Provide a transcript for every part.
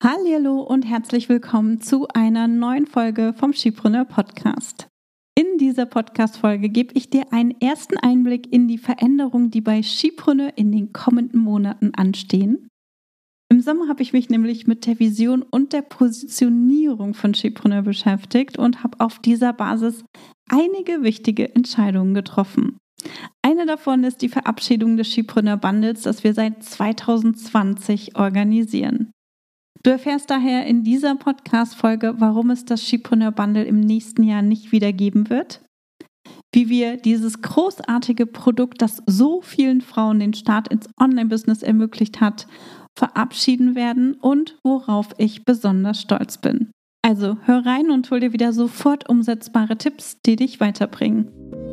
Hallihallo und herzlich willkommen zu einer neuen Folge vom Skipreneur Podcast. In dieser Podcast-Folge gebe ich dir einen ersten Einblick in die Veränderungen, die bei Skipreneur in den kommenden Monaten anstehen. Im Sommer habe ich mich nämlich mit der Vision und der Positionierung von Skipreneur beschäftigt und habe auf dieser Basis einige wichtige Entscheidungen getroffen. Eine davon ist die Verabschiedung des Skipreneur Bundles, das wir seit 2020 organisieren. Du erfährst daher in dieser Podcast-Folge, warum es das Skipreneur Bundle im nächsten Jahr nicht wieder geben wird, wie wir dieses großartige Produkt, das so vielen Frauen den Start ins Online-Business ermöglicht hat, verabschieden werden und worauf ich besonders stolz bin. Also hör rein und hol dir wieder sofort umsetzbare Tipps, die dich weiterbringen.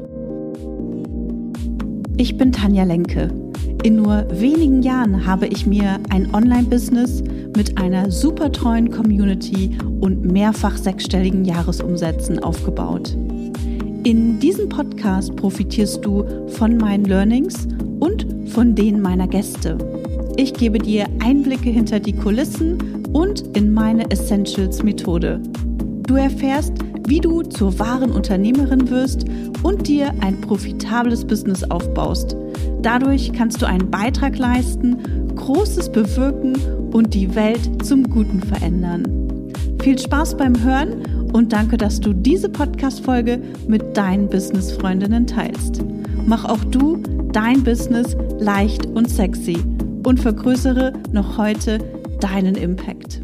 Ich bin Tanja Lenke. In nur wenigen Jahren habe ich mir ein Online-Business mit einer super treuen Community und mehrfach sechsstelligen Jahresumsätzen aufgebaut. In diesem Podcast profitierst du von meinen Learnings und von denen meiner Gäste. Ich gebe dir Einblicke hinter die Kulissen und in meine Essentials-Methode. Du erfährst, wie du zur wahren Unternehmerin wirst und dir ein profitables Business aufbaust. Dadurch kannst du einen Beitrag leisten, Großes bewirken und die Welt zum Guten verändern. Viel Spaß beim Hören und danke, dass du diese Podcast-Folge mit deinen Business-Freundinnen teilst. Mach auch du dein Business leicht und sexy und vergrößere noch heute deinen Impact.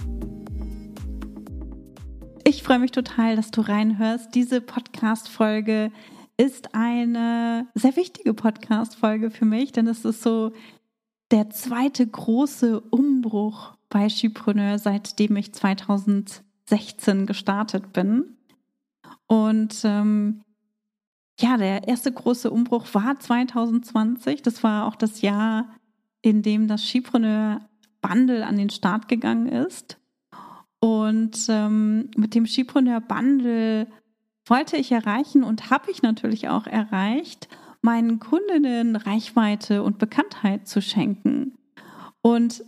Ich freue mich total, dass du reinhörst. Diese Podcast-Folge ist eine sehr wichtige Podcast-Folge für mich, denn es ist so der zweite große Umbruch bei Skipreneur, seitdem ich 2016 gestartet bin. Und der erste große Umbruch war 2020. Das war auch das Jahr, in dem das Skipreneur Bundle an den Start gegangen ist. Und mit dem Skipreneur Bundle wollte ich erreichen und habe ich natürlich auch erreicht, meinen Kundinnen Reichweite und Bekanntheit zu schenken. Und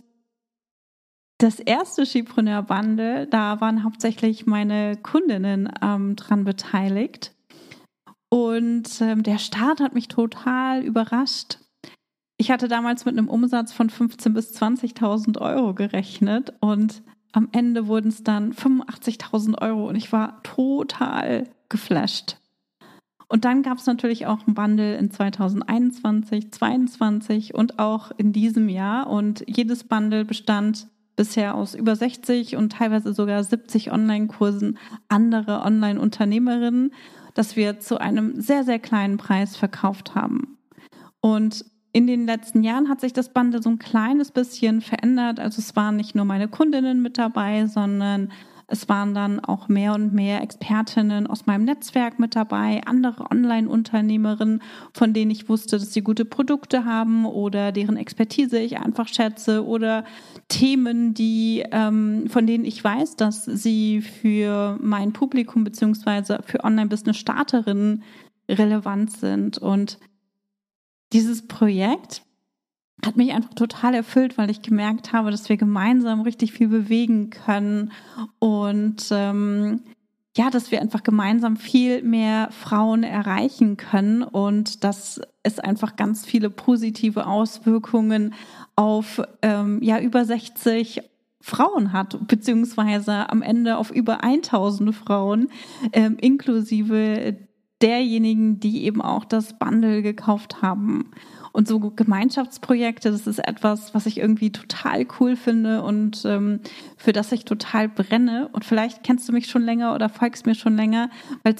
das erste Skipreneur Bundle, da waren hauptsächlich meine Kundinnen dran beteiligt. Und der Start hat mich total überrascht. Ich hatte damals mit einem Umsatz von 15.000 bis 20.000 Euro gerechnet und am Ende wurden es dann 85.000 Euro und ich war total geflasht. Und dann gab es natürlich auch ein Bundle in 2021, 2022 und auch in diesem Jahr. Und jedes Bundle bestand bisher aus über 60 und teilweise sogar 70 Online-Kursen anderer Online-Unternehmerinnen, das wir zu einem sehr, sehr kleinen Preis verkauft haben. Und in den letzten Jahren hat sich das Bundle so ein kleines bisschen verändert. Also es waren nicht nur meine Kundinnen mit dabei, sondern es waren dann auch mehr und mehr Expertinnen aus meinem Netzwerk mit dabei, andere Online-Unternehmerinnen, von denen ich wusste, dass sie gute Produkte haben oder deren Expertise ich einfach schätze oder Themen, von denen ich weiß, dass sie für mein Publikum beziehungsweise für Online-Business-Starterinnen relevant sind. Und dieses Projekt hat mich einfach total erfüllt, weil ich gemerkt habe, dass wir gemeinsam richtig viel bewegen können und dass wir einfach gemeinsam viel mehr Frauen erreichen können und dass es einfach ganz viele positive Auswirkungen auf über 60 Frauen hat, beziehungsweise am Ende auf über 1000 Frauen, inklusive derjenigen, die eben auch das Bundle gekauft haben. Und so Gemeinschaftsprojekte, das ist etwas, was ich irgendwie total cool finde und für das ich total brenne. Und vielleicht kennst du mich schon länger oder folgst mir schon länger, weil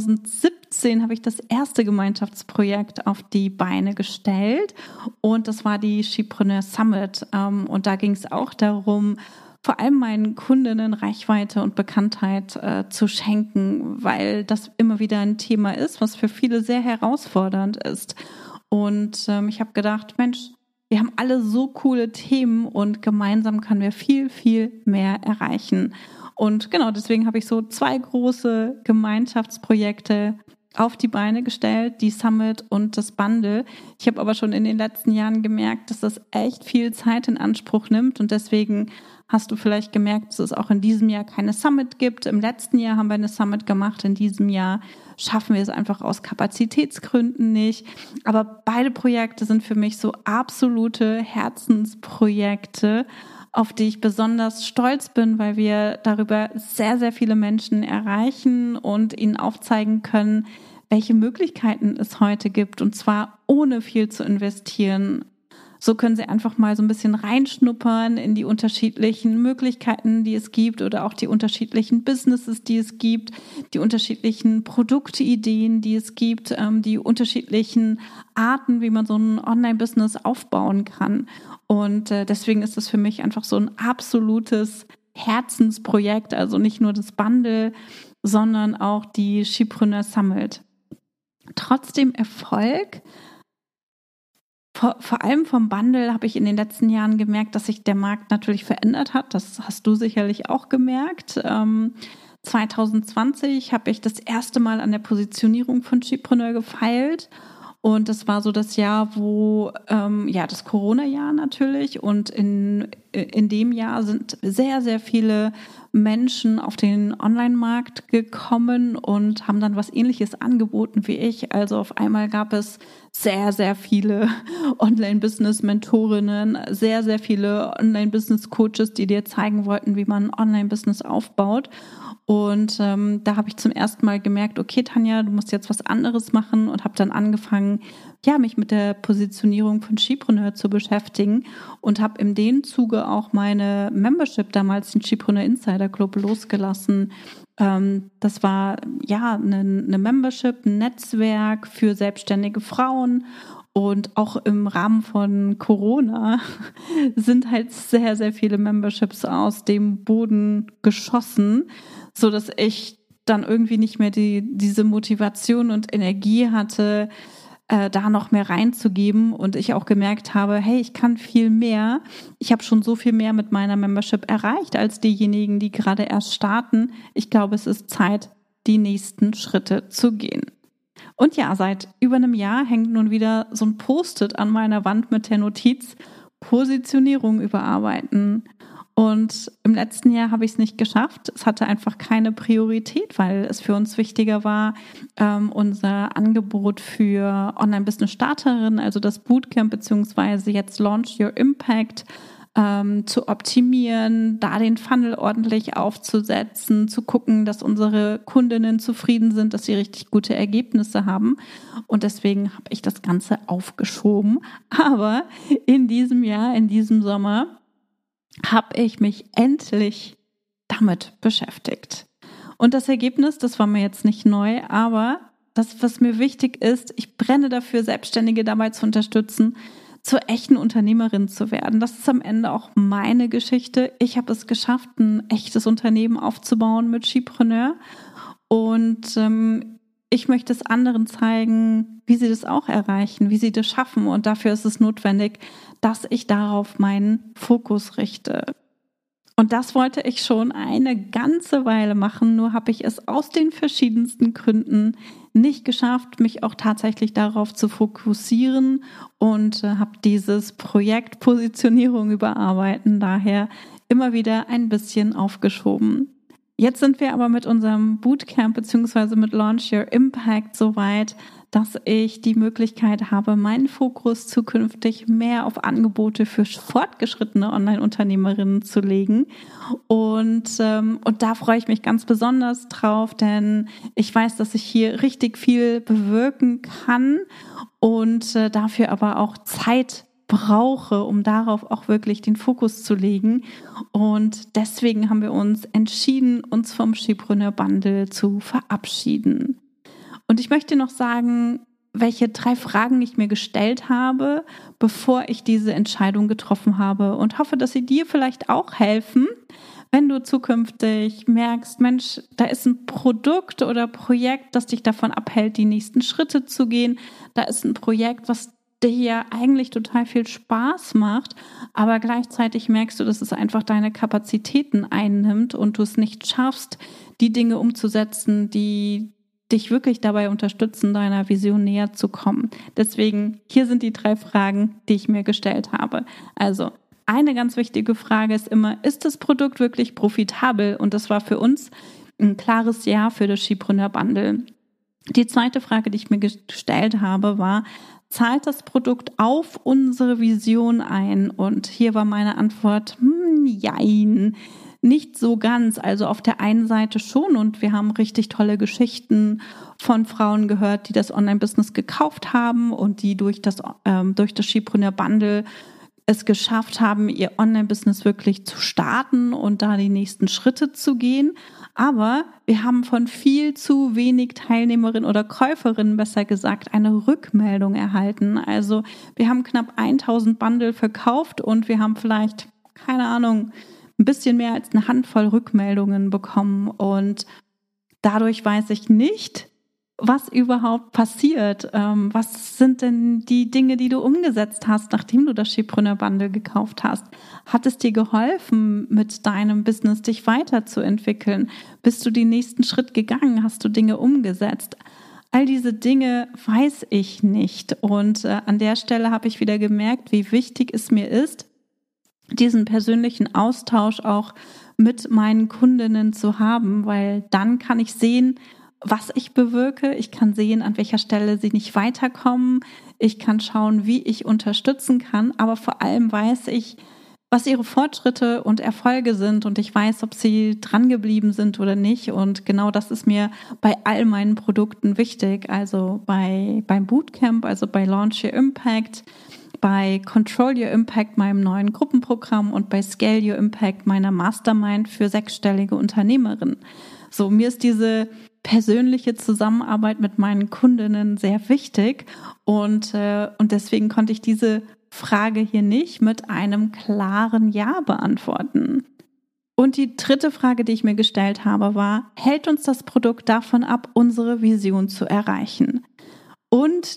2017 habe ich das erste Gemeinschaftsprojekt auf die Beine gestellt und das war die Skipreneur Summit. Und da ging es auch darum, vor allem meinen Kundinnen Reichweite und Bekanntheit zu schenken, weil das immer wieder ein Thema ist, was für viele sehr herausfordernd ist. Und ich habe gedacht, Mensch, wir haben alle so coole Themen und gemeinsam können wir viel, viel mehr erreichen. Und genau deswegen habe ich so 2 große Gemeinschaftsprojekte auf die Beine gestellt, die Summit und das Bundle. Ich habe aber schon in den letzten Jahren gemerkt, dass das echt viel Zeit in Anspruch nimmt und deswegen hast du vielleicht gemerkt, dass es auch in diesem Jahr keine Summit gibt. Im letzten Jahr haben wir eine Summit gemacht, in diesem Jahr schaffen wir es einfach aus Kapazitätsgründen nicht. Aber beide Projekte sind für mich so absolute Herzensprojekte, auf die ich besonders stolz bin, weil wir darüber sehr, sehr viele Menschen erreichen und ihnen aufzeigen können, welche Möglichkeiten es heute gibt, und zwar ohne viel zu investieren. So können sie einfach mal so ein bisschen reinschnuppern in die unterschiedlichen Möglichkeiten, die es gibt, oder auch die unterschiedlichen Businesses, die es gibt, die unterschiedlichen Produktideen, die es gibt, die unterschiedlichen Arten, wie man so ein Online-Business aufbauen kann. Und deswegen ist das für mich einfach so ein absolutes Herzensprojekt, also nicht nur das Bundle, sondern auch die Skipreneur Summit. Trotzdem Erfolg. Vor allem vom Bundle habe ich in den letzten Jahren gemerkt, dass sich der Markt natürlich verändert hat. Das hast du sicherlich auch gemerkt. 2020 habe ich das erste Mal an der Positionierung von Skipreneur gefeilt. Und das war so das Jahr, wo, das Corona-Jahr natürlich. Und in dem Jahr sind sehr, sehr viele Menschen auf den Online-Markt gekommen und haben dann was Ähnliches angeboten wie ich. Also auf einmal gab es sehr, sehr viele Online-Business-Mentorinnen, sehr, sehr viele Online-Business-Coaches, die dir zeigen wollten, wie man ein Online-Business aufbaut. Und da habe ich zum ersten Mal gemerkt, okay, Tanja, du musst jetzt was anderes machen, und habe dann angefangen, mich mit der Positionierung von Skipreneur zu beschäftigen und habe in dem Zuge auch meine Membership, damals den Skipreneur Insider Club, losgelassen. Das war eine Membership, ein Netzwerk für selbstständige Frauen. Und auch im Rahmen von Corona sind halt sehr, sehr viele Memberships aus dem Boden geschossen, so dass ich dann irgendwie nicht mehr diese Motivation und Energie hatte, da noch mehr reinzugeben, und ich auch gemerkt habe, hey, ich kann viel mehr. Ich habe schon so viel mehr mit meiner Membership erreicht als diejenigen, die gerade erst starten. Ich glaube, es ist Zeit, die nächsten Schritte zu gehen. Und ja, seit über einem Jahr hängt nun wieder so ein Post-it an meiner Wand mit der Notiz: Positionierung überarbeiten. Und im letzten Jahr habe ich es nicht geschafft. Es hatte einfach keine Priorität, weil es für uns wichtiger war, unser Angebot für Online-Business-Starterinnen, also das Bootcamp beziehungsweise jetzt Launch Your Impact, zu optimieren, da den Funnel ordentlich aufzusetzen, zu gucken, dass unsere Kundinnen zufrieden sind, dass sie richtig gute Ergebnisse haben. Und deswegen habe ich das Ganze aufgeschoben. Aber in diesem Jahr, in diesem Sommer, habe ich mich endlich damit beschäftigt. Und das Ergebnis, das war mir jetzt nicht neu, aber das, was mir wichtig ist, ich brenne dafür, Selbstständige dabei zu unterstützen, zur echten Unternehmerin zu werden. Das ist am Ende auch meine Geschichte. Ich habe es geschafft, ein echtes Unternehmen aufzubauen mit Skipreneur. Und ich möchte es anderen zeigen, wie sie das auch erreichen, wie sie das schaffen. Und dafür ist es notwendig, dass ich darauf meinen Fokus richte. Und das wollte ich schon eine ganze Weile machen, nur habe ich es aus den verschiedensten Gründen nicht geschafft, mich auch tatsächlich darauf zu fokussieren, und habe dieses Projekt Positionierung überarbeiten daher immer wieder ein bisschen aufgeschoben. Jetzt sind wir aber mit unserem Bootcamp bzw. mit Launch Your Impact so weit, dass ich die Möglichkeit habe, meinen Fokus zukünftig mehr auf Angebote für fortgeschrittene Online-Unternehmerinnen zu legen. Und da freue ich mich ganz besonders drauf, denn ich weiß, dass ich hier richtig viel bewirken kann und dafür aber auch Zeit brauche, um darauf auch wirklich den Fokus zu legen. Und deswegen haben wir uns entschieden, uns vom Skipreneur Bundle zu verabschieden. Und ich möchte noch sagen, welche 3 Fragen ich mir gestellt habe, bevor ich diese Entscheidung getroffen habe, und hoffe, dass sie dir vielleicht auch helfen, wenn du zukünftig merkst, Mensch, da ist ein Produkt oder Projekt, das dich davon abhält, die nächsten Schritte zu gehen. Da ist ein Projekt, was dir ja eigentlich total viel Spaß macht, aber gleichzeitig merkst du, dass es einfach deine Kapazitäten einnimmt und du es nicht schaffst, die Dinge umzusetzen, die dich wirklich dabei unterstützen, deiner Vision näher zu kommen. Deswegen, hier sind die 3 Fragen, die ich mir gestellt habe. Also, eine ganz wichtige Frage ist immer, ist das Produkt wirklich profitabel? Und das war für uns ein klares Ja für das Skipreneur Bundle. Die zweite Frage, die ich mir gestellt habe, war, zahlt das Produkt auf unsere Vision ein? Und hier war meine Antwort, jein. Nicht so ganz, also auf der einen Seite schon, und wir haben richtig tolle Geschichten von Frauen gehört, die das Online-Business gekauft haben und die durch das Skipreneur Bundle es geschafft haben, ihr Online-Business wirklich zu starten und da die nächsten Schritte zu gehen. Aber wir haben von viel zu wenig Teilnehmerinnen oder Käuferinnen, besser gesagt, eine Rückmeldung erhalten. Also wir haben knapp 1000 Bundle verkauft und wir haben vielleicht, keine Ahnung, ein bisschen mehr als eine Handvoll Rückmeldungen bekommen. Und dadurch weiß ich nicht, was überhaupt passiert. Was sind denn die Dinge, die du umgesetzt hast, nachdem du das Skipreneur Bundle gekauft hast? Hat es dir geholfen, mit deinem Business dich weiterzuentwickeln? Bist du den nächsten Schritt gegangen? Hast du Dinge umgesetzt? All diese Dinge weiß ich nicht. Und an der Stelle habe ich wieder gemerkt, wie wichtig es mir ist, diesen persönlichen Austausch auch mit meinen Kundinnen zu haben, weil dann kann ich sehen, was ich bewirke. Ich kann sehen, an welcher Stelle sie nicht weiterkommen. Ich kann schauen, wie ich unterstützen kann. Aber vor allem weiß ich, was ihre Fortschritte und Erfolge sind. Und ich weiß, ob sie dran geblieben sind oder nicht. Und genau das ist mir bei all meinen Produkten wichtig. Also beim Bootcamp, also bei Launch Your Impact, bei Control Your Impact, meinem neuen Gruppenprogramm, und bei Scale Your Impact, meiner Mastermind für 6-stellige Unternehmerinnen. So, mir ist diese persönliche Zusammenarbeit mit meinen Kundinnen sehr wichtig und deswegen konnte ich diese Frage hier nicht mit einem klaren Ja beantworten. Und die dritte Frage, die ich mir gestellt habe, war, hält uns das Produkt davon ab, unsere Vision zu erreichen? Und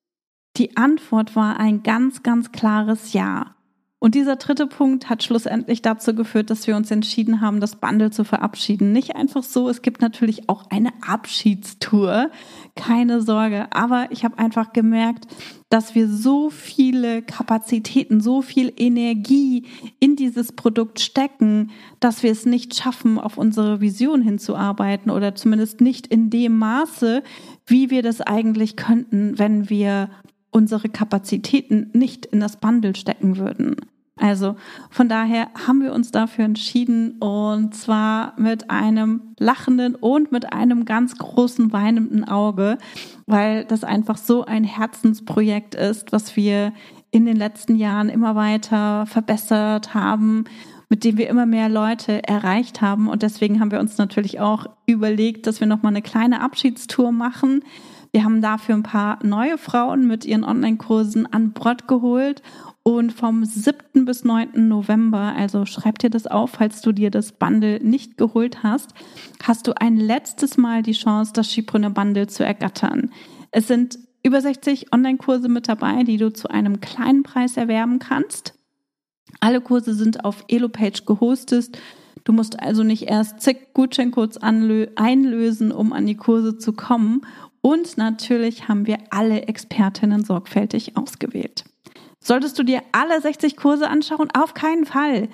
die Antwort war ein ganz, ganz klares Ja. Und dieser dritte Punkt hat schlussendlich dazu geführt, dass wir uns entschieden haben, das Bundle zu verabschieden. Nicht einfach so, es gibt natürlich auch eine Abschiedstour, keine Sorge. Aber ich habe einfach gemerkt, dass wir so viele Kapazitäten, so viel Energie in dieses Produkt stecken, dass wir es nicht schaffen, auf unsere Vision hinzuarbeiten oder zumindest nicht in dem Maße, wie wir das eigentlich könnten, wenn wir unsere Kapazitäten nicht in das Bundle stecken würden. Also von daher haben wir uns dafür entschieden, und zwar mit einem lachenden und mit einem ganz großen weinenden Auge, weil das einfach so ein Herzensprojekt ist, was wir in den letzten Jahren immer weiter verbessert haben, mit dem wir immer mehr Leute erreicht haben. Und deswegen haben wir uns natürlich auch überlegt, dass wir nochmal eine kleine Abschiedstour machen. Wir haben dafür ein paar neue Frauen mit ihren Online-Kursen an Bord geholt, und vom 7. bis 9. November, also schreib dir das auf, falls du dir das Bundle nicht geholt hast, hast du ein letztes Mal die Chance, das Skipreneur Bundle zu ergattern. Es sind über 60 Online-Kurse mit dabei, die du zu einem kleinen Preis erwerben kannst. Alle Kurse sind auf Elopage gehostet. Du musst also nicht erst zig Gutscheincodes einlösen, um an die Kurse zu kommen. Und natürlich haben wir alle Expertinnen sorgfältig ausgewählt. Solltest du dir alle 60 Kurse anschauen? Auf keinen Fall.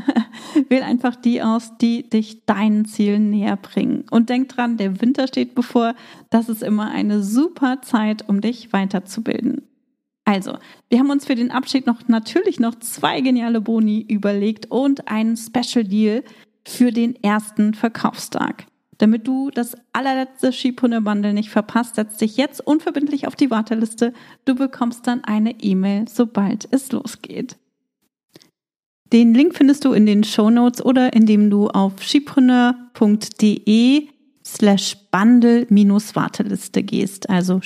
Wähl einfach die aus, die dich deinen Zielen näher bringen. Und denk dran, der Winter steht bevor. Das ist immer eine super Zeit, um dich weiterzubilden. Also, wir haben uns für den Abschied natürlich noch 2 geniale Boni überlegt und einen Special Deal für den ersten Verkaufstag. Damit du das allerletzte Skipreneur Bundle nicht verpasst, setz dich jetzt unverbindlich auf die Warteliste. Du bekommst dann eine E-Mail, sobald es losgeht. Den Link findest du in den Shownotes oder indem du auf skipreneur.de/Bundle-Warteliste gehst. Also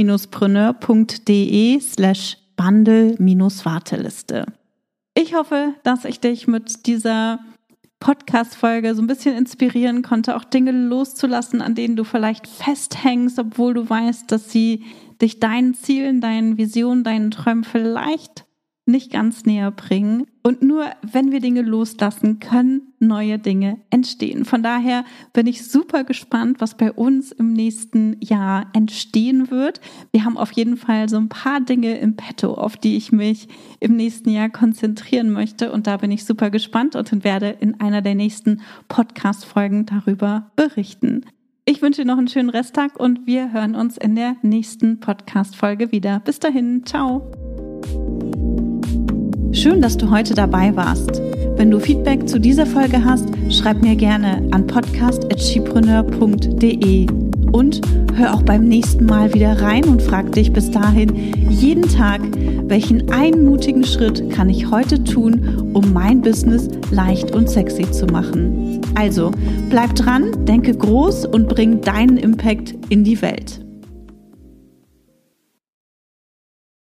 ski-preneur.de/Bundle-Warteliste. Ich hoffe, dass ich dich mit dieser Podcast-Folge so ein bisschen inspirieren konnte, auch Dinge loszulassen, an denen du vielleicht festhängst, obwohl du weißt, dass sie dich deinen Zielen, deinen Visionen, deinen Träumen vielleicht nicht ganz näher bringen. Und nur wenn wir Dinge loslassen, können neue Dinge entstehen. Von daher bin ich super gespannt, was bei uns im nächsten Jahr entstehen wird. Wir haben auf jeden Fall so ein paar Dinge im Petto, auf die ich mich im nächsten Jahr konzentrieren möchte. Und da bin ich super gespannt und werde in einer der nächsten Podcast-Folgen darüber berichten. Ich wünsche dir noch einen schönen Resttag und wir hören uns in der nächsten Podcast-Folge wieder. Bis dahin, ciao! Schön, dass du heute dabei warst. Wenn du Feedback zu dieser Folge hast, schreib mir gerne an podcast@skipreneur.de und hör auch beim nächsten Mal wieder rein und frag dich bis dahin jeden Tag, welchen einen mutigen Schritt kann ich heute tun, um mein Business leicht und sexy zu machen. Also, bleib dran, denke groß und bring deinen Impact in die Welt.